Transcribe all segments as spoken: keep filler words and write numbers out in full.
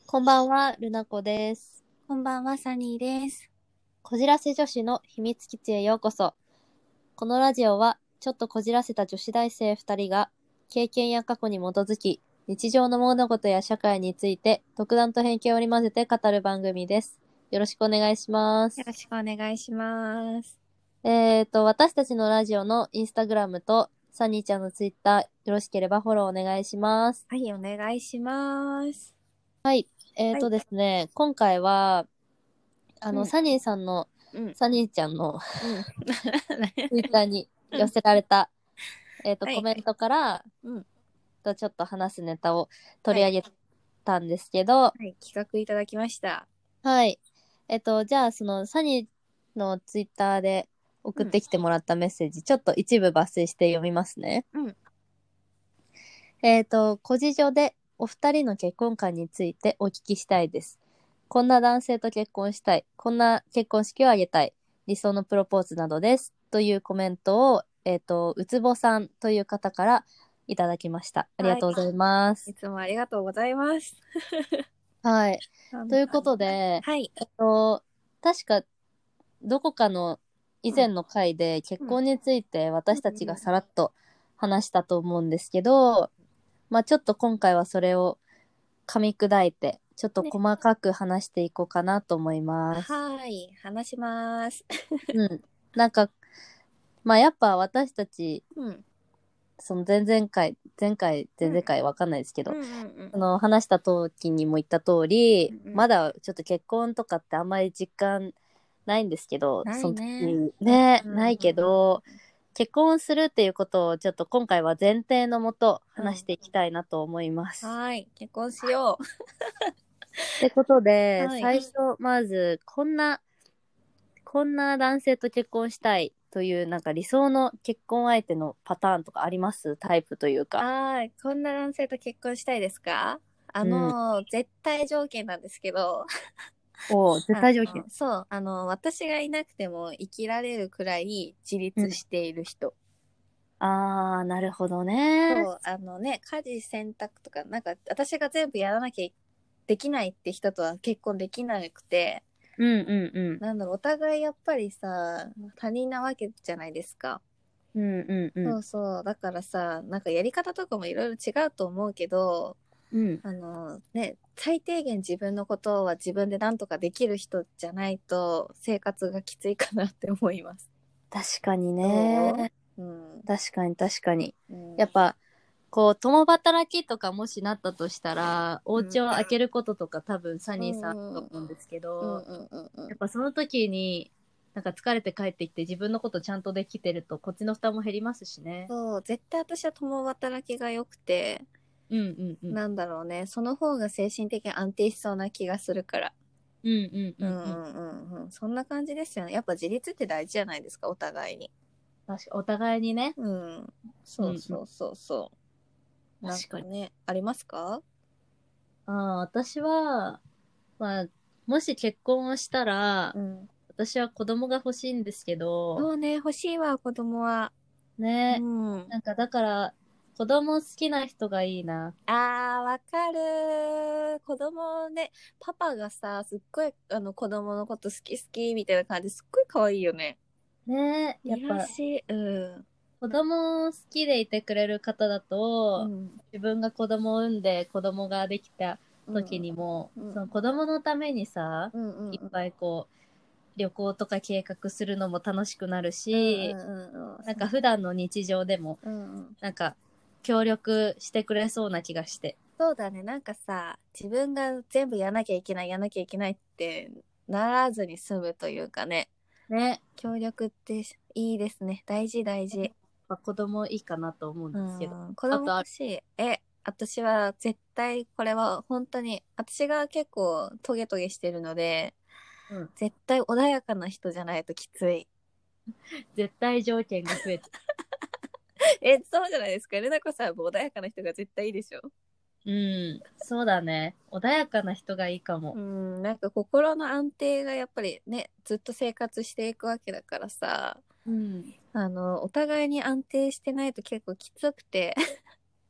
こんばんは、ルナコです。 こんばんは、サニーです。 こじらせ女子の秘密基地へようこそ。このラジオは、ちょっとこじらせた女子大生ふたりが、経験や過去に基づき、日常の物事や社会について、独断と偏見を織り交ぜて語る番組です。よろしくお願いします。 よろしくお願いします。 えーと、私たちのラジオのインスタグラムと、サニーちゃんのツイッター、よろしければフォローお願いします。 はい、お願いします。 はい。えーとはい。 ですね、今回は、あの、 うん、 サニーさんの、 うん、 サニーちゃんのうん。 ツイッターに寄せられた、えっと、 はい、 コメントから、 うん、 とちょっと話すネタを取はい、 り上げたんですけど、 はい、企画いただきました。 はい。えっと、じゃあ、その、サニーのツイッターで送うん、 ってきてもらったメッセージ、ちょっと一部抜粋して読みますね。 うん、 えっと、個人上でお二人の結婚観についてお聞きしたいです。こんな男性と結婚したい。こんな結婚式を挙げたい。理想のプロポーズなどです。というコメントを、えっと、うつぼさんという方からいただきました。ありがはい。 とうございます。 いつもありがとうございます。 はい。 なんということで、 はい。 えっと、確かどこかの以うん、 前の回で結うん、 婚について私たちうん、 がさらっと話したと思うんですけど、まあちょっと今回はそれを噛み砕いて、ちょっとね。 細かく話していこうかなと思います。 はい、話します。 うん。なんか、まあやっぱ私たち、 うん、 その前々回、前回、前うん、 々回わかんないですけうん、 ど、 うん、うん、 その話した時にも言った通り、 うん、うん。 まだちょっと結婚とかってあんまり実感ないんですけど、 ないそのね。 時うん、 ね、 うん、 ないけど、結婚するっていうことをちょっと今回は前提のもとうん。 話していきたいなと思います。 はい、結婚しよってことう。 で、 はい。 最初、まず、こんな、こんな男性と結婚したいという、なんか理想の結婚相手のパターンとかあります？タイプというか。 はい。こんな男性と結婚したいですか？あうん。 の、絶対条件なんですけど、 おう、絶あ対条件。 の、そう、あの、私がいなくても生きられるくらい自うん。 立している人。 あー、なるほどね。 そう、あのね、家事選択とか、なんか私が全部やらなきゃできないって人とは結婚できなくて、 うんうんうん。 なんだろう、お互いやっぱりさ、他人なわけじゃないですか。 うんうんうん。 そうそう。だからさ、なんかやり方とかもいろいろ違うと思うけど、 うん。 あのね、最低限自分のことは自分で何とかできる人じゃないと生活がきついかなって思います。 確かにどね。 う？うん。 確かに確かに。 うん。 やっぱ、こう、共働きとかもしなったとしたら、おうん。 家を開けることとか多分サうニーさんあるとん。うん。 思うんですけうん。 ど、 うん。うん。 やっぱその時に、なんか疲れて帰ってきて自分のことちゃんとできてると、こっちの負担も減りますしね。 そう、絶対私は共働きが良くて、 うんうんうん。 なんだろうね、その方が精神的に安定しそうな気がするから。 うんうんううん。 んうん。 うん。うん。そんな感じですよね。やっぱ自立って大事じゃないですか、お互いに。 確か、お互いにね。 うん。そううんうん。 そうそうそう。なん確かに。 かね、ありますか？ ああ、私は、まあ、もし結婚をしたら、 うん。 私は子供が欲しいんですけど、 そうね、欲しいわ、子供は。うね。 ん。 なんかだから、子供好きな人がいいな。 あー、わかる。子供ね、パパがさ、すっごい、あの、子供のこと好き好きみたいな感じ、すっごい可愛いよね。 ね。やっぱ、 いやしい。うん。 子供好きでいてくれる方だと、 うん。 自分が子供を産んで子供ができた時うん。 にも、 うん。 その子供のためにさ、 うん。うん。うん。 いっぱいこう、旅行とか計画するのも楽しくなるうん。 し、 うん。 なんか普段の日常でも、 うん。うん。 なんか協力してくれそうな気がして。 そうだね、なんかさ、自分が全部やらなきゃいけない、やらなきゃいけないってならずに済むというかね、 ね。 協力っていいですね。大事大事。 まあ、子供いいかなと思うんうですけど。 ん、子供あとある。 欲しい。え、私は絶対これは本当に、私が結構トゲトゲしてるので、 うん。 絶対穏やかな人じゃないときつい。 絶対条件が増えて。 え、そうじゃないですか。ルナ子さんも穏やかな人が絶対いいでしょ。 うん。そうだね。穏やかな人がいいかも。 うん、なんか心の安定がやっぱりね、ずっと生活していくわけだからさ、 うん。 あの、お互いに安定してないと結構きつくて。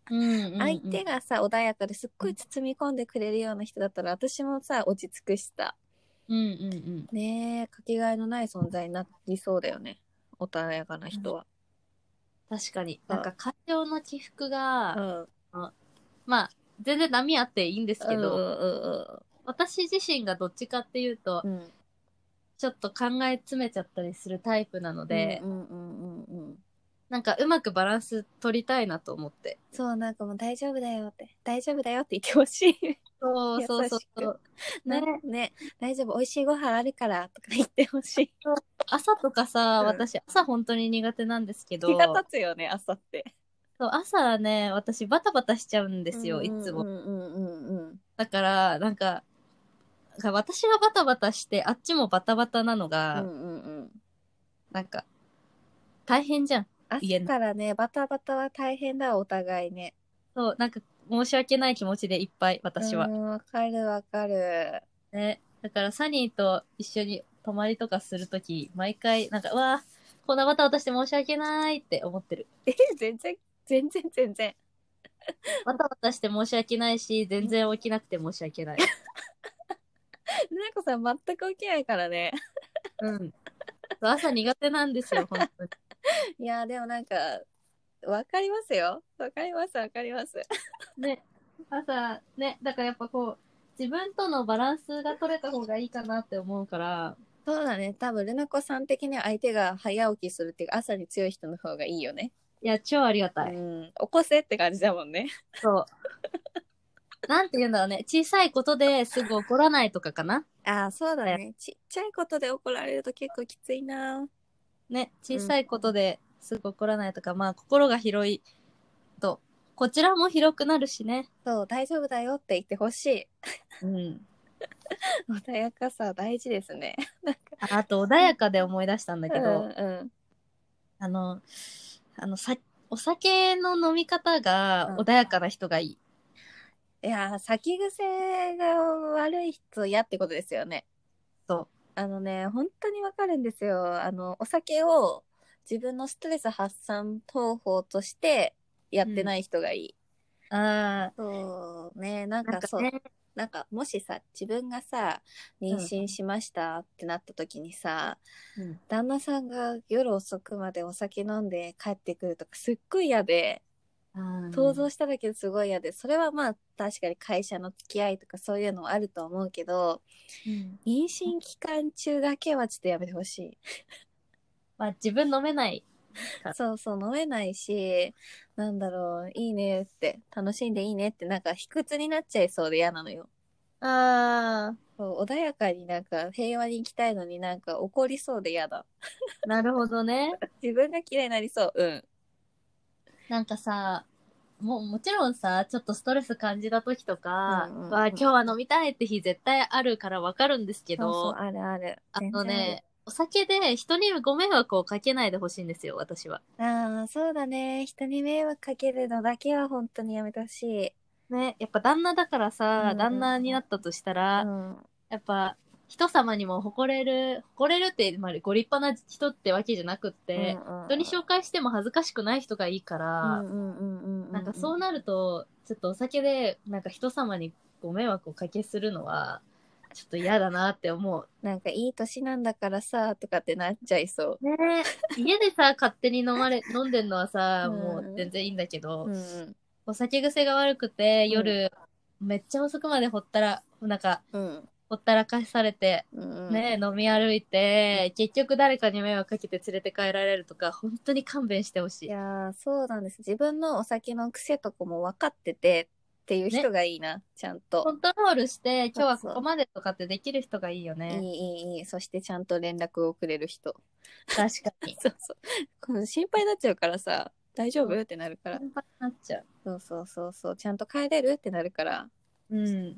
うんうんうん。 相手がさ、穏やかですっごい包み込んでくれるような人だったら、私もさ、落ち着くしさ。 うんうんねえ、かけがえのない存在になりそうだよね。穏やかなうん。 人は。 確かに。なんあか感情の起伏が、 うん。 あまあ、全然波あっていいんですうんうけど、 ん私自身がどっちかっていうと、 うんうん。 ちょっと考え詰めちゃったりするタイプなので、 うんうんうんうんうん。 なんかうまくバランス取りたいなと思って。 そう、なんかもう大丈夫だよって、大丈夫だよって言ってほしい。優そうそうそうしく。 そう。ね。 なんね、大丈夫、美味しいご飯あるからとか言ってほしい。 そう朝とかさ、 うん。 私朝本当に苦手なんですけ気がど、 立つよね、朝って。 そう朝ね、私バタバタしちゃうんでうんすよ、いつも。 うんうんうんうんうん。 だから、なんか、私がバタバタして、あっちもバタバタなのが、 うんうんうん。 なんか、大変じゃん、家朝の。 からね、バタバタは大変だ、お互いね。 そう、なんか、申し訳ない気持ちでいっぱい、 うー私は。 ん、わかるわかる。 ね。だから、サニーと一緒に泊まりとかするとき、毎回、なんか、うわーこんなバタバタして申し訳ないって思ってる。 え、全然、全然全然。 バタバタして申し訳ないし、全然起きなくて申し訳ない。 なんかさ、全く起きないからね。 うん。朝苦手なんですよ、本当に。 いや、でもなんか、わかりますよ。わかります、わかります。 ね。朝、ね。だからやっぱこう、自分とのバランスが取れた方がいいかなって思うから、 そうだね。多分、ルナ子さん的には相手が早起きするっていうか、朝に強い人の方がいいよね。 いや、超ありがたい。 うん。起こせって感じだもんね。 そう。なんて言うんだろうね。小さいことですぐ怒らないとかかな。 ああ、そうだね。 ね。ちっちゃいことで怒られると結構きついな。 ねうん。 小さいことですぐ怒らないとか、まあ、心が広いと、こちらも広くなるしね。 そう、大丈夫だよって言ってほしい。 うん。 穏やかさ大事ですね。 ああと、穏やかで思い出したんだうんけど、 うんあの、あの、さ、お酒の飲み方がうん。 穏やかな人がいい。 いやー、先癖が悪い人嫌ってことですよね。 そあのね、本当にわかるんですよ。あの、お酒を自分のストレス発散方法としてやう。うん。 ってない人がいい。 ああ、 そうね、なんかそう。 なんかね、 なんかもしさ、自分がさ、妊うん。 娠しましたってなった時にさ、 うん。 旦那さんが夜遅くまでお酒飲んで帰ってくるとかすっごい嫌で、 あー想像しただけですごい嫌で、それはまあ確かに会社の付き合いとかそういうのもあると思うけど、 うん。 妊娠期間中だけはちょっとやめてほしい。 まあ、自分飲めないかそうそう、飲めないし、なんだろう、いいねって、楽しんでいいねって、なんか卑屈になっちゃいそうで嫌なのよ。 ら。ああ、 そう穏やかになんか平和に行きたいのになんか怒りそうで嫌だ。 なるほどね。 自分が嫌いになりそう。うん。 なんかさ、もう、もちろんさ、ちょっとストレス感じた時とうか、わあ、 んうんうん。 今日は飲みたいって日絶対あるからわかるんですけそうそう、 ど、 あるある。 あ全然ある。 のね、お酒で人にご迷惑をかけないでほしいんですよ、私は。 ああ、そうだね。人に迷惑かけるのだけは本当にやめてほしい。 ね、やっぱ旦那だからさ、 うん旦那になったとしたら、 うん。うん。 やっぱ、人様にも誇れる、誇れるって、まあ、ご立派な人ってわけじゃなくっうんて、 うん人に紹介しても恥ずかしくない人がいいかうん。うら、 んうんうんうんうんうん。 なんかそうなると、ちょっとお酒で、なんか人様にご迷惑をかけするのは、ちょっと嫌だなって思う。 なんかいい年なんだからさ、とかってなっちゃいそねえ、家でさ、勝手に飲まれ、飲んでんのはう。 さ、もううん。 全然いいんだけど、 うん。 お酒癖が悪くて、 うん。 夜、めっちゃ遅くまでほったら、なんか、 うん。 ほったらかしされて、 うん。 ねえ、飲み歩いて、結局誰かに迷惑かけて連れて帰られるとか、本当に勘弁してほしい。 いやー、そうなんです。自分のお酒の癖とかも分かっててっていうね、 人がいいな、ちゃんと。 コントロールして、今日はこそうそう。 こまでとかってできる人がいいよいね。 い、いい、いい。そしてちゃんと連絡をくれる人。 確かに。 そうそう。この心配になっちゃうからさ、大丈そう、 夫ってなるから。 心配になっちゃう。 そうそうそうそう。ちゃんと帰れるってなるから、 うん。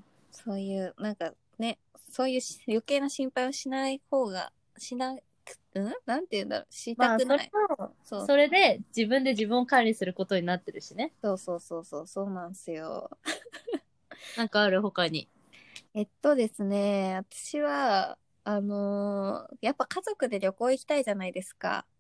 そういう、なんかね、そういうし余計な心配をしない方が、しなく、うんなんて言うんだろう。したまあ、それくない。 も、 そうそれで自分で自分を管理することになってるしね。 そうそうそうそう、そうなんですよ。 なんかある他に。 えっとですね、私は、あのーやっぱ家族で旅行行きたいじゃないですか。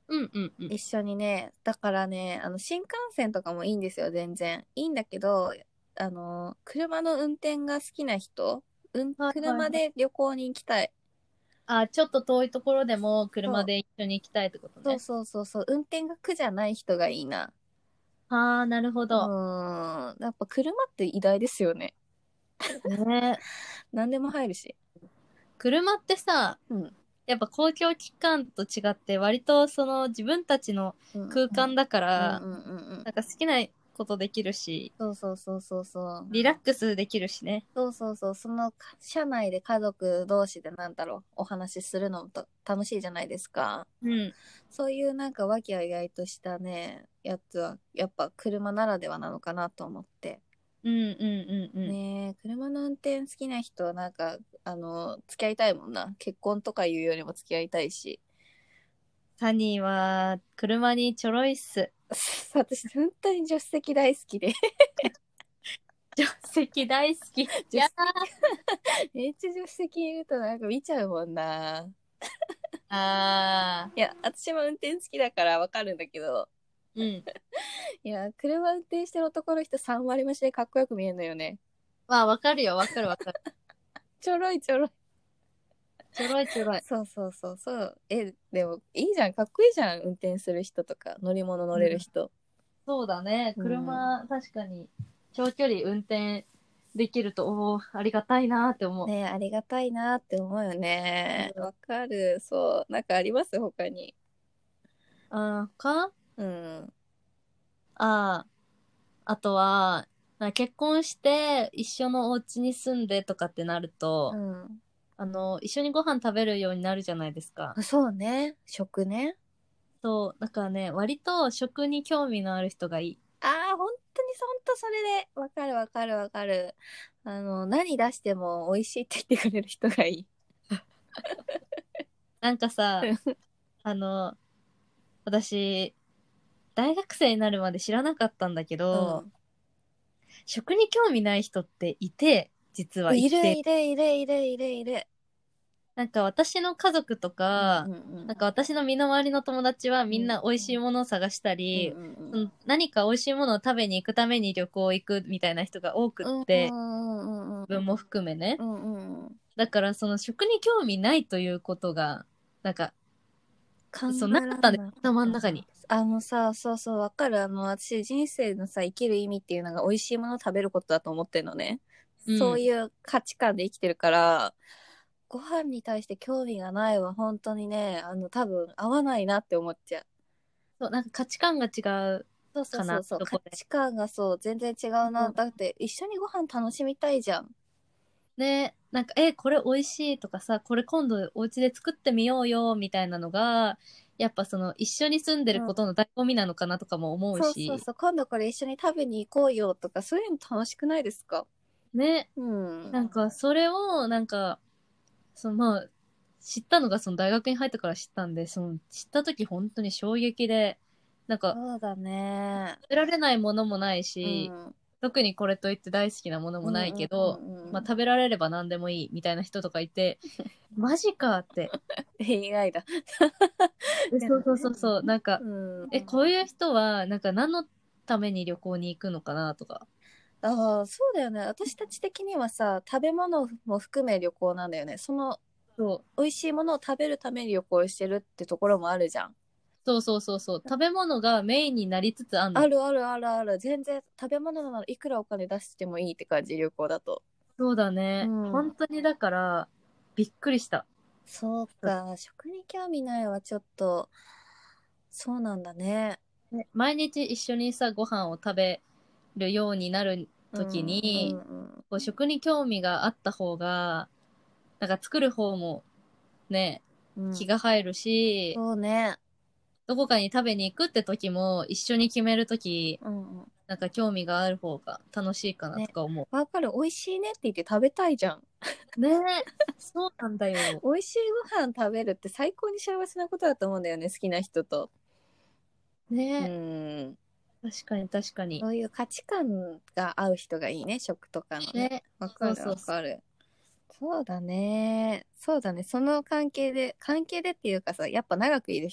うんうんうん。 一緒にね。だからね、あの、新幹線とかもいいんですよ、全然。いいんだけど、あの、車の運転が好きな人、うん、 はいはいはい。 車で旅行に行きたい。 あ、ちょっと遠いところでもそう、 車で一緒に行きたいってことね。 そうそうそうそう、運転が苦じゃない人がいいな。 ああ、なるほうど。 ーん、やっぱ車って偉大ですよね。 ね。 何でも入るし。 車ってさ、 うん。 やっぱ公共機関と違って割とその自分たちのうん。 空間だかうんら、 うんうんうん。 なんか好きなことできるし、 そうそうそうそうそう。 リラックスできるしね。 そうそうそう。そのか車内で家族同士でなんだろう、お話しするのもと楽しいじゃないですか。 うん。 そういうなんか和気あいあいとしたね、やつはやっぱ車ならではなのかなと思って。 うんうんうんうん。 ねえ、車の運転好きな人はなんか、あの、付き合いたいもんな。結婚とかいうよりも付き合いたいし。 サニーは車にちょろいっす。 私、本当に助手席大好きで。 助手席大好き。い助手や席、めっちゃ助手席いるとなんか見ちゃうもんな。 ー。あいや、私も運転好きだからわかるんだけど、 ー。うん。 いや、車運転してる男の人さん割増しでかっこよく見えるのよね。 まあ、わかるよ、わかるわかる。 ちょろいちょろい。 ちょろいちょろい。 そうそうそうそう。え、でもいいじゃん。かっこいいじゃん。運転する人とか、乗り物乗れる人。 そうだね。 うん。 車、確かに、長距離運転できると、おー、ありがたいなーって思ねえ、ありがたいなって思うよう。 ね。 うん、 わかる。そう。なんかあります他に？ あーかうん。 ああ、あとは、なんか結婚して一緒のお家に住んでとかってなると、 うん。 あの、一緒にご飯食べるようになるじゃないですか。 そうね。食ね。 そう、だからね、割と食に興味のある人がいい。 ああ、本当に本当それで。わかるわかるわかる。あの、何出しても美味しいって言ってくれる人がいい。 なんかさ、あの、私、大学生になるまで知らなかったんだけど、 うん。 食に興味ない人っていて、実は生いきて、 るいるいるいるいるいる。 なんか私の家族とか、 うんうんなんか私の身の回りの友達はみんうん。 な美味しいものを探したうんり、 うんその何か美味しいものを食べに行くために旅行行くみたいな人が多くっうん。うて、 んうんうん自分も含めね。 うんうんうん。 だからその食に興味ないということが、なんか、 考そうなかったんです、 えられない。 頭の中に。 あのさ、そうそう、わかる。あの、私、人生のさ、生きる意味っていうのが美味しいものを食べることだと思ってるのね。 うん。 そういう価値観で生きてるから、ご飯に対して興味がないは本当にね、あの、多分合わないなって思っちゃう。 そう、なんか価値観が違うそうそうかな、 そうそう、価そこで。 値観がそう、全然違うな。 そうだって一緒にご飯楽しみたいじゃん。 ね、なんか、え、これ美味しいとかさ、これ今度お家で作ってみようよ、みたいなのが、やっぱその一緒に住んでるうん。 ことの醍醐味なのかなとかも思うし、 そうそうそう、今度これ一緒に食べに行こうよとか、そういうの楽しくないですか？ ね、 うん。 なんかそれを、なんか、そのまあ、知ったのがその大学に入ってから知ったんで、その知った時本当に衝撃で、なんか、 そうだね。 食べられないものもないし、 うん。 特にこれといって大好きなものもないうんうんうけど、まあんうん。 食べられれば何でもいいみたいな人とかいて、マジかって。 意外だ。 え、そうそうそでもね。 うそう。なんか、 うん。 え、こういう人は、なんか何のために旅行に行くのかなとか。 ああ、そうだよね。私たち的にはさ、食べ物も含め旅行なんだよね。そのそう。 美味しいものを食べるために旅行してるってところもあるじゃん。 そうそうそうそう。食べ物がメインになりつつあんの。 あるあるあるある。全然食べ物ならいくらお金出してもいいって感じ、旅行だと。 そうだうね。本ん。 当にだから、びっくりした。 そうか。食に興味ないはちょっと、そうなんだね。 ね、毎日一緒にさ、ご飯を食べるようになる時うんうに、 んこう食に興味があった方が、なんか作る方もね、 うん。うん。 気が入るし、 そうね。 どこかに食べに行くって時も一緒に決める時、 うんうん。 なんか興味がある方が楽しいかなとね。 か思わかる。美味しいねって言って食べたいじゃん。 う。ねえ、そうなんだよ。 美味しいご飯食べるって最高に幸せなことだと思うんだよね。好きな人と。うねえ、 ん。 確かに確かに。 そういう価値観が合う人がいいね。食とかのね。 ね、 わかるそうそうそわかる。そうだね。そうだね。その関係で、関係でっていうかさ、やっぱ長くいる人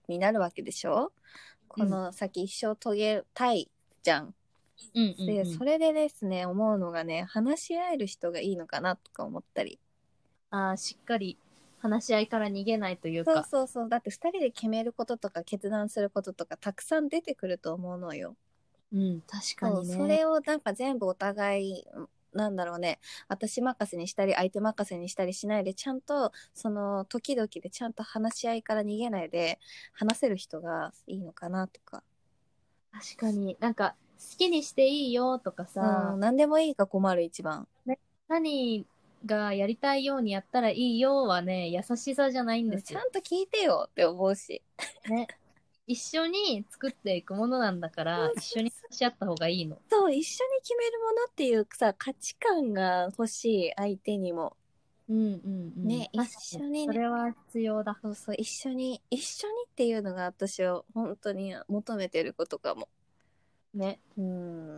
になるわけでしょ。この先一生遂げたいじゃん。 うんうんうん、 で、それでですね、思うのがね、話し合える人がいいのかなとか思ったり。 ああ、しっかり話し合いから逃げないというそうか。 そうそう。だって二人で決めることとか決断することとかたくさん出てくると思うのよ。 うん、確かそう、 にね。 それをなんか全部お互い、なんだろうね、私任せにしたり、相手任せにしたりしないで、ちゃんと、その時々でちゃんと話し合いから逃げないで、話せる人がいいのかなとか。 確かに。なんか、好きにしていいよとかさ、 うん、何でもいいが困る一番。 ね、何がやりたいようにやったらいいよはね、優しさじゃないんですよ。 ちゃんと聞いてよって思うし。 ね。一緒に作っていくものなんだから、一緒に話し合った方がいいの。 そう、一緒に決めるものっていうさ、価値観が欲しい相手にも。 うんうんうん。 ね、一確かに。 緒にね。 それは必要だ。 そうそう、一緒に、一緒にっていうのが私は本当に求めてることかも。 ね。 うん。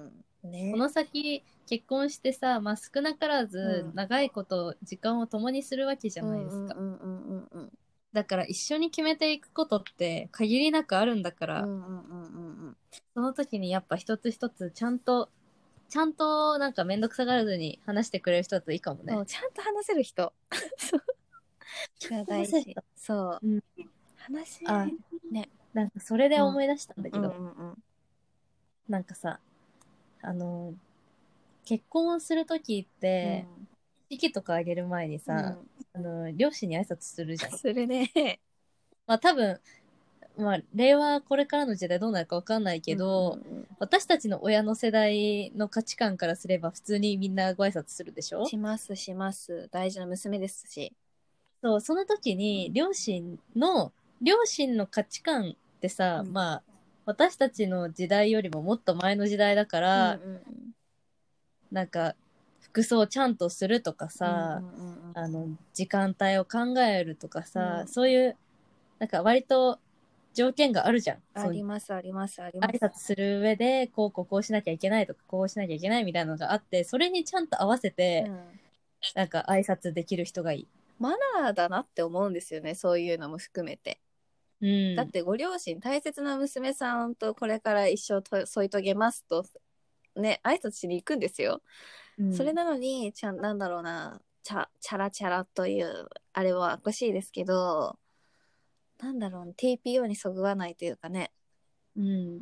ね。 この先、結婚してさ、まあ少なからうずん、 長いこと時間を共にするわけじゃないですか。 うんうんうんうんうんだから一緒に決めていくことって限りなくあるんだかうんうら、 んうんうんうん。 その時にやっぱ一つ一つちゃんと、ちゃんとなんかめんどくさがらずに話してくれる人だといいかもね。 そう、ちゃんと話せる人が大事。そう。 うん。 話し合あ、 い。ね。 なんかそれでうん。 思い出したんだうんうけど、 んうん。 なんかさ、あの、結婚をするときって、式とかあげる前にさ、 うん。 あの、両親に挨拶するじゃん。 それね。 まあ多分、まあ、令和これからの時代どうなるかわかんないけど、 うんうんうん、 私たちの親の世代の価値観からすれば普通にみんなご挨拶するでしょ。 しますします。大事な娘ですし。 そう、その時に両親の、両親の価値観ってさ、 うんまあ、私たちの時代よりももっと前の時代だかうんら、 うんなんか、服装をちゃんとするとかうんうんさ、 うんあの、時間帯を考えるとかさ、 うんそういう、なんか割と条件があるじゃん。そのありますありますあります。 挨拶する上で、こうこうこうしなきゃいけないとか、こうしなきゃいけないみたいなのがあって、それにちゃんと合わせて、 うん。 なんか挨拶できる人がいい。 マナーだなって思うんですよね。そういうのも含めて。 うん。 だってご両親、大切な娘さんとこれから一生と添い遂げますと、ね、挨拶しに行くんですよ。 うん、 それなのに、ちゃん、なんだろうな、チャ、チャラチャラという、あれはおかしいですけど、なんだろうね、ティーピーオー にそぐわないというかね、 うん。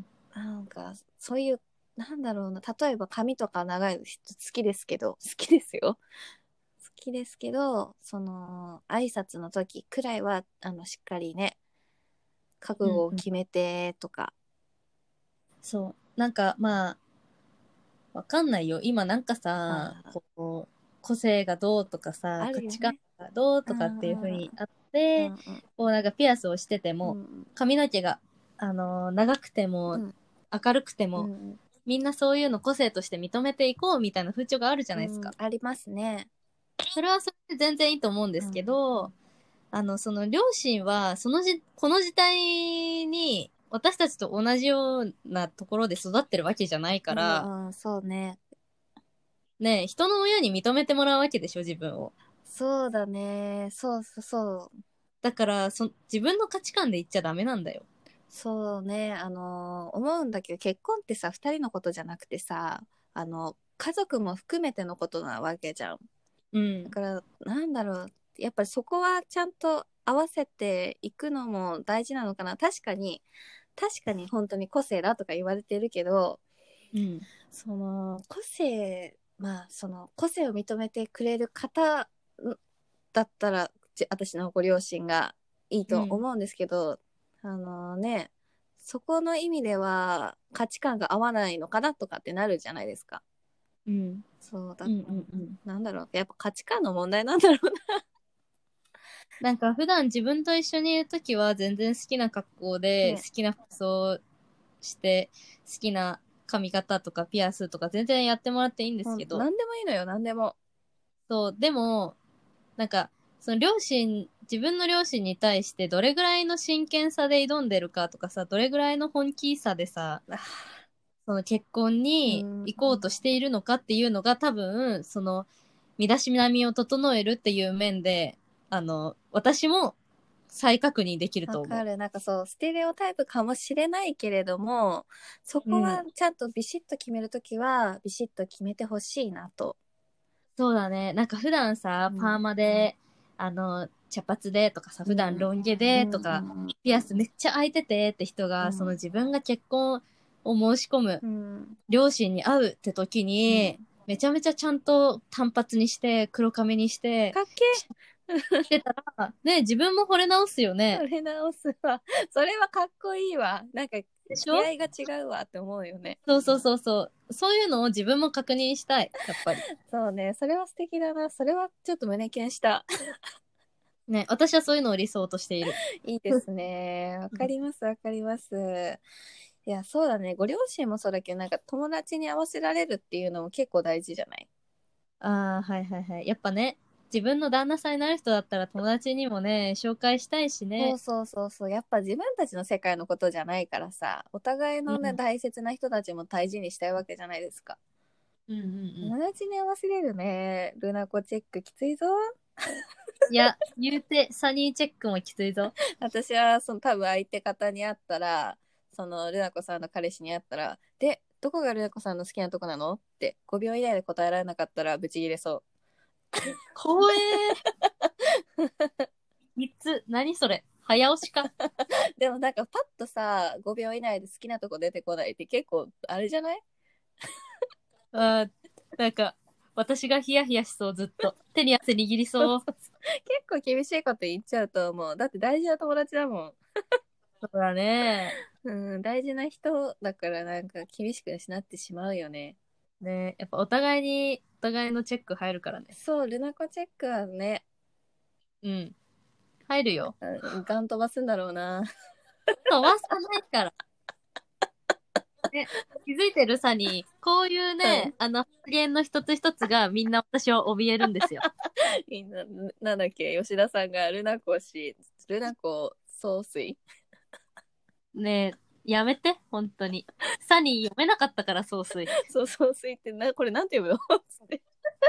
なんか、そういう、なんだろうな、例えば髪とか長い人好きですけど、好きですよ。好きですけど、その、挨拶の時くらいは、あの、しっかりね、覚悟をうん。 決めてとか。 そう。なんか、まあ、わかんないよ。今なんかさ、 あこう、個性がどうとかさ、価値観あるよね。 がどうとかっていう風うんうんにあって、 うんうんこうなんかピアスをしてても、 うん髪の毛が、あのー長くても、 うん明るくても、 うんみんなそういうの個性として認めていこうみたいな風潮があるじゃないですか。 うん、ありますね。 それはそれで全然いいと思うんですけど、あの、その両親は、そのじ、この時代に、私たちと同じようなところで育ってるわけじゃないかうら、 んうん、そうね。 ねえ、人の親に認めてもらうわけでしょ、自分を。 そうだね。そうそうそう。 だから、そ、自分の価値観で言っちゃダメなんだよ。 そうね。あのー思うんだけど、結婚ってさ、二人のことじゃなくてさ、あの、家族も含めてのことなわけじゃん。 うん。 だから、なんだろう。やっぱりそこはちゃんと合わせていくのも大事なのかな。確かに、確かに本当に個性だとか言われてるけど、 うん。 その個性、まあその個性を認めてくれる方だったら私のご両親がいいと思うんですけど、うん、あのね、そこの意味では価値観が合わないのかなとかってなるじゃないですか。 うん。 そうだ、 うんうんうん。 なんだろう、やっぱ価値観の問題なんだろうな。 なんか普段自分と一緒にいるときは全然好きな格好で、 ね、 好きな服装して、好きな髪型とかピアスとか全然やってもらっていいんですけど、 何でもいいのよ、何でも。 そう、でも、なんか、その両親、自分の両親に対してどれぐらいの真剣さで挑んでるかとかさ、どれぐらいの本気さでさ、その結婚に行こうとしているのかっていうのが多分、その、身だしなみを整えるっていう面で、あの、私も再確認できると思う。 わかる。なんかそう、ステレオタイプかもしれないけれども、そこはちゃんとビシッと決めるときは、ビシッと決めてほしいなと。 そうだね。なんか普段さ、 うんパーマで、あの、茶髪でとかさ、普段ロン毛でとか、 うんピアスめっちゃ開いててって人が、 うんその自分が結婚を申し込むうん両親に会うって時に、 うんめちゃめちゃちゃんと単発にして、黒髪にしてかっけしてたら、ね、自分も惚れ直すよーね。 それ直すわ。それはかっこいいわ。なんか、 でしょ？ 気合が違うわって思うよね。 そうそうそうそう。そういうのを自分も確認したい、やっぱり。 そうね、それは素敵だな。それはちょっと胸キュンした。 ね、私はそういうのを理想としている。 いいですね。わかります、わかります。いや、そうだね。ご両親もそうだけど、なんか友達に合わせられるっていうのも結構大事じゃない？ ああ、はいはいはい。やっぱね、自分の旦那さんになる人だったら友達にもね、紹介したいしそうね。 そうそうそう。やっぱ自分たちの世界のことじゃないからさ、お互いのね、 うん大切な人たちも大事にしたいわけじゃないですか。 うんうんうん。 友達に合わせれるね。ルナコチェックきついぞ。 いや、言うて、サニーチェックもきついぞ。 私はその多分相手方に会ったら、そのルナコさんの彼氏に会ったら、で、どこがルナコさんの好きなとこなのってごびょう以内で答えられなかったらブチギレそう。 怖えー。いつ、何それ早押しか。 でもなんかパッとさ、ごびょう以内で好きなとこ出てこないって結構あれじゃない？ あーなんか、私がヒヤヒヤしそう、ずっと。手に汗握りそう。 結構厳しいこと言っちゃうと思う。だって大事な友達だもん。 そうだね。 うん、大事な人だからなんか厳しくなってしまうよね。 ね、やっぱお互いに、お互いのチェック入るからね。 そう、ルナコチェックはね、 うん。入るよ。 うんガン飛ばすんだろうな。 飛ばさないから。ね、気づいてるさに、こういうね、あの発言の一つ一つがみんな私を怯えるんですよ。 みんな、なんだっけ、吉田さんがルナコ氏、ルナコ総帥。 ねえ、やめて、本当に。サニー読めなかったから、総帥。 そう総帥ってな、これなんて読むのつって。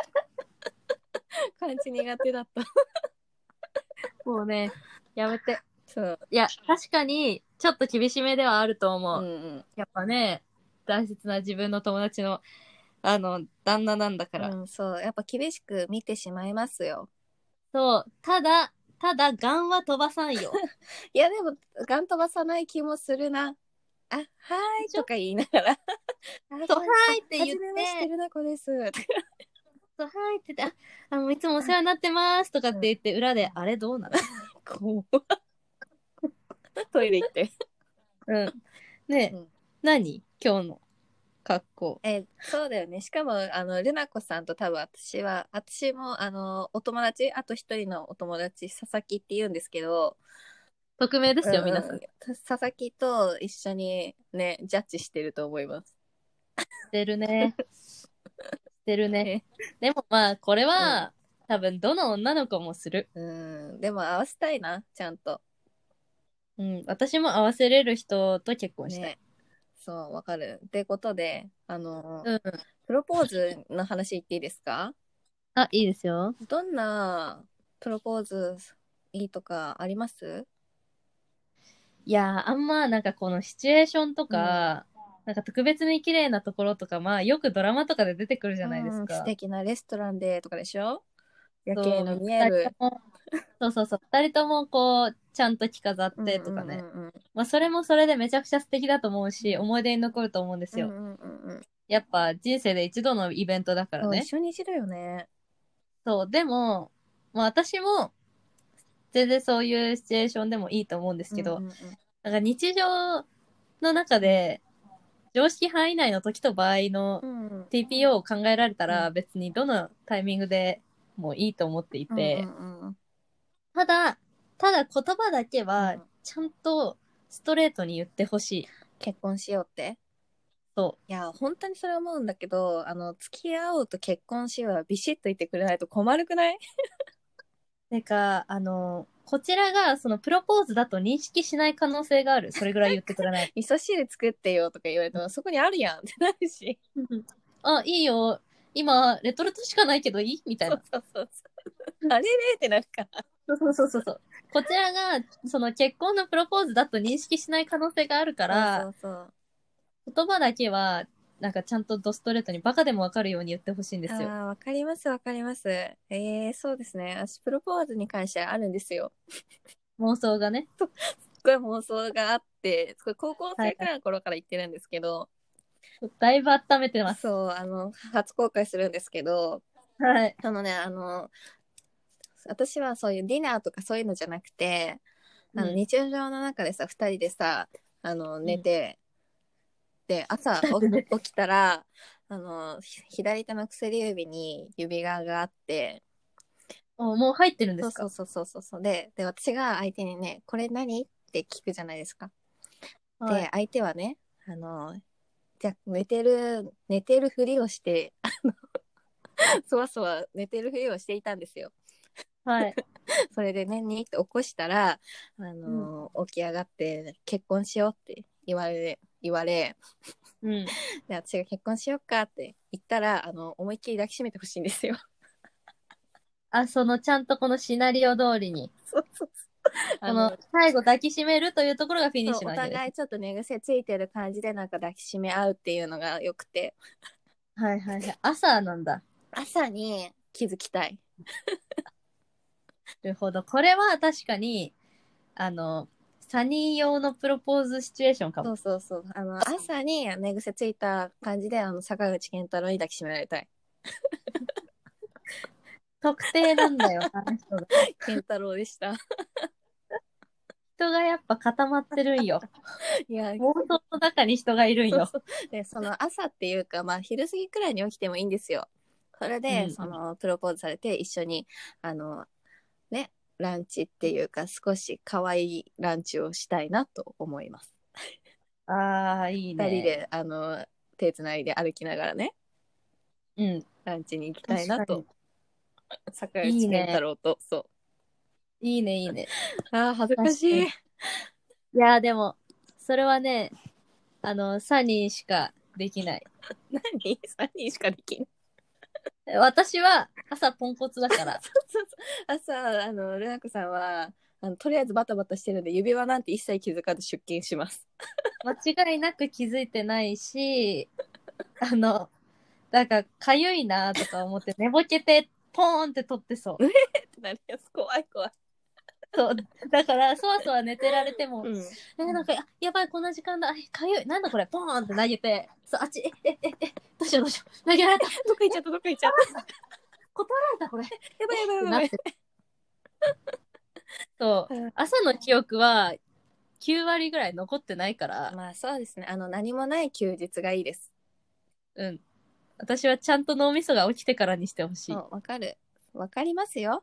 漢字苦手だった。 もうね、やめて。 そう。 いや、確かに、ちょっと厳しめではあると思う。 うんうん。 やっぱね、大切な自分の友達の、あの、旦那なんだから。 うん、そう。やっぱ厳しく見てしまいますよ。 そう、ただ、ただ、ガンは飛ばさんよ。 いや、でも、ガン飛ばさない気もするな。あ、はーいとか言いながら。 そう、はいって言っはじめまして、 て、 ルナコです。 そう、はいって言って、あ、あの、いつもお世話になってますとかって言って、裏で、あれどうなの？ こう。トイレ行って。 うん。ねえ、 うん何今日の格好。 え、そうだよね。しかも、あの、ルナコさんと多分私は、私も、あの、お友達、あと一人のお友達、佐々木って言うんですけど、 匿名ですよ、 うん皆さん。し佐々木と一緒にね、ジャッジしてると思います。 てるね。してるね。 ねでもまあ、これは、多分、どの女の子もする。 うん、でも合わせたいな、ちゃんと。 うん。私も合わせれる人と結婚したい。 ね。そう、わかる。ってことで、あの、 うん。 プロポーズの話言っていいですか？ あ、いいですよ。 どんなプロポーズいいとかあります？ いやー、あんま、なんかこのシチュエーションとか、なんか特別に綺麗なところとか、まあ、よくドラマとかで出てくるじゃないですうん、素か。 敵なレストランでとかでしょ？夜そう景の見え二人る。 ともそうそうそう。二人ともこう、ちゃんと着飾ってとかね。 うんうんうんまあ、それもそれでめちゃくちゃ素敵だと思うし、 うん思い出に残ると思うんですよ。 うんうんうんうん。 やっぱ人生で一度のイベントだからそう、一ね。 緒にしろよね。 そう、でも、まあ私も全然そういうシチュエーションでもいいと思うんですけど、 うんうんうんなんか日常の中で常識範囲内の時と場合のうんうんティーピーオー を考えられたらうん別にどのタイミングでもいいと思っていうんうて、 んうんただ、ただ言葉だけはうんちゃんとストレートに言ってほしい。 結婚しようって。 そいや、本当にそれ思うんだけど、あの、付き合おうと結婚しようはビシッと言ってくれないと困るくない？ う。てか、あの、こちらがそのプロポーズだと認識しない可能性がある。それぐらい言ってくれない。 味噌汁作ってよとか言われても、そこにあるやんってなるし。 あ、いいよ。今、レトルトしかないけどいいみたいな。 そうそうそう。あれれってなるから。 そうそうそうそうそう。こちらが、その結婚のプロポーズだと認識しない可能性があるかそうそら、 うそう。 言葉だけは、なんかちゃんとドストレートにバカでもわかるように言ってほしいんですよ。 ああ、わかりますわかります。えー、そうですね。私、プロポーズに関してはあるんですよ。 妄想がね。 すごい妄想があって、これ高校はい。 生くらいの頃から言ってるんですけど、 だいぶ温めてます。 そう、あの、初公開するんですけど、 はい。 あのね、あの、私はそういうディナーとかそういうのじゃなくて、あの、 うん。 日常の中でさ、二人でさ、あの、 うん。 寝て、で、朝起きたら、あの、左手の薬指に指輪があって、 お、もう入ってるんですか？ そうそうそうそうそう。で、で、私が相手にね、これ何って聞くじゃないですか。で、 はい。 相手はね、あの、じゃあ寝てる、寝てるふりをして、そわそわ寝てるふりをしていたんですよ。 はい。 それでね、にって起こしたら、あうん。 の、起き上がって結婚しようって言われ、言われ、 うん。 で、私が結婚しようかって言ったら、あの、思いっきり抱きしめてほしいんですよ。 あ、そのちゃんとこのシナリオ通りに、 そうそうそう。あこのの、 最後抱きしめるというところがフィニッそう、 シュおなわけです。 互いちょっと寝癖ついてる感じでなんか抱きしめ合うっていうのが良くて、 はいはいはい。朝なんだ。 朝に気づきたい。 なるほど。これは確かに、あの、サニー用のプロポーズシチュエーションかも。 そうそうそう。あの、朝に寝癖ついた感じで、あの、坂口健太郎に抱きしめられたい。 特定なんだよ、あの人が。 健太郎でした。 人がやっぱ固まってるんよ。 いや、 妄想の中に人がいるんよ。 そうそう。で、その朝っていうか、まあ、昼過ぎくらいに起きてもいいんですよ。それで、 うん。 その、プロポーズされて、一緒に、あの、ね、ランチっていうか、少し可愛いランチをしたいなと思います。 ああ、いいね。 二人で、あの、手つないで歩きながらね、 うん。 ランチに行きたいなと。 確かに。 坂口健太いいね。 郎と、そいいね、いいね。 う。ああ、恥ずかしい。 確かに。いやーでも、それはね、あの、サニーしかできない。 何？ さん 人しかできない。 私は朝ポンコツだから、 そうそう。朝、あの、ルナコさんは、あの、とりあえずバタバタしてるんで、指輪なんて一切気づかず出勤します。 間違いなく気づいてないし、あの、なんか、かゆいなとか思って寝ぼけて、ポーンって取ってそう。 ってなりやす。怖い怖い。 そう。だから、そわそわ寝てられても、 うん。 えーなんか、あやばい、こんな時間だ。えかゆい。なんだこれ、ポーンって投げて、そう、あっち、え、え、え、え、どうしようどうしよう。投げられた。 どっか行っちゃった、どっか行っちゃった。 断られた、これ。 やばいやばいやばい。 ってなって。そう。 うん。 朝の記憶はきゅう割ぐらい残ってないから、 まあそうですね。あの、何もない休日がいいです。 うん。私はちゃんと脳みそが起きてからにしてほしい。 そう、わかる。わかりますよ。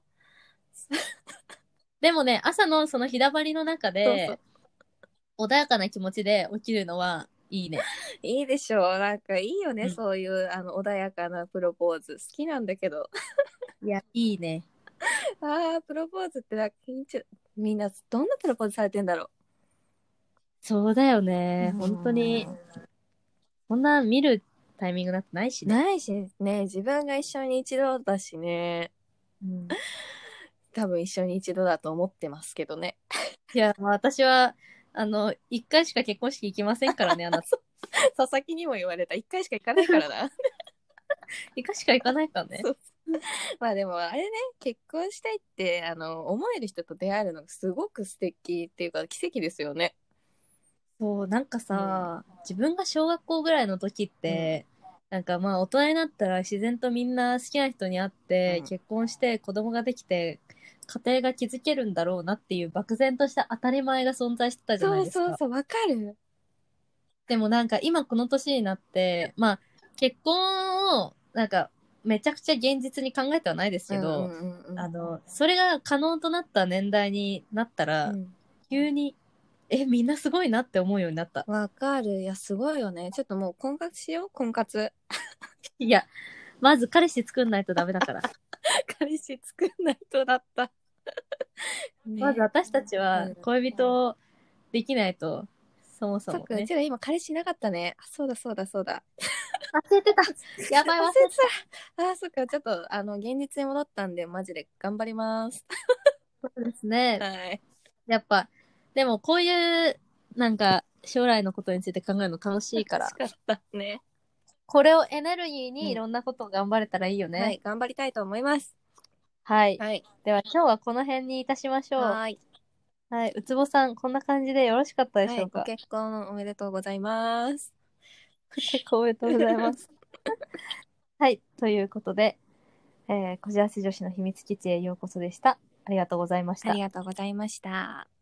でもね、朝のその日だまりの中そうそう。 で、穏やかな気持ちで起きるのはいいね。 いいでしょう。なんかいいよね。 うん。 そういう、あの、穏やかなプロポーズ。好きなんだけど。 いや、いいね。 ああ、プロポーズってなんか緊張、みんなどんなプロポーズされてんだろそうだよう。うね。本当に、 ん。 こんな見るタイミングなんてないしね。 ないしね、自分が一生に一度だしね。 うん。 多分一生に一度だと思ってますけどね。 いや、まあ私は、あの、一回しか結婚式行きませんからね、あなた。 佐々木にも言われた。一回しか行かないからな。 一回しか行かないからね。 そう。まあでもあれね、結婚したいって、あの、思える人と出会えるのがすごく素敵っていうか奇跡ですよね。 そう、なんかさ、自分が小学校ぐらいの時っうん。 て、なんかまあ大人になったら自然とみんな好きな人に会ってうん。 結婚して子供ができて家庭が築けるんだろうなっていう漠然とした当たり前が存在してたじゃなそういですか。 そうそう、わかる。 でもなんか今この年になって、まあ結婚をなんかめちゃくちゃ現実に考えてはないですうんうけど、 んうんうん。 あの、それが可能となった年代になったら、 うん。 急に、え、みんなすごいなって思うようになった。 わかる。いや、すごいよね。ちょっともう婚活しよう、婚活。 いや、まず彼氏作んないとダメだから。 彼氏作んないとだった。 まずね。 私たちはうん。 恋人できないと、そもそそっか、うもね。 ちら今彼氏なかったね。あ、そうだそうだそうだ。 忘れてた。やばい、 忘れ忘れてた。 てた。あ、そっか、ちょっと、あの、現実に戻ったんで、マジで頑張ります。 そうですね。 はい。 やっぱ、でもこういう、なんか、将来のことについて考えるの楽しいから、 楽しかったね。 これをエネルギーうんにいろんなことを頑張れたらいいよね。 はい、頑張りたいと思います。 はい。 はい。 では今日はこの辺にいたしましょはーい。 う。はい。うつぼさん、こんな感じでよろしかったではい、 しょうか？ ご結婚おめでとうございます。 結構おめでとうございます。はい。ということで、えー、こじらせ女子の秘密基地へようこそでした。ありがとうございましありた。 がとうございました。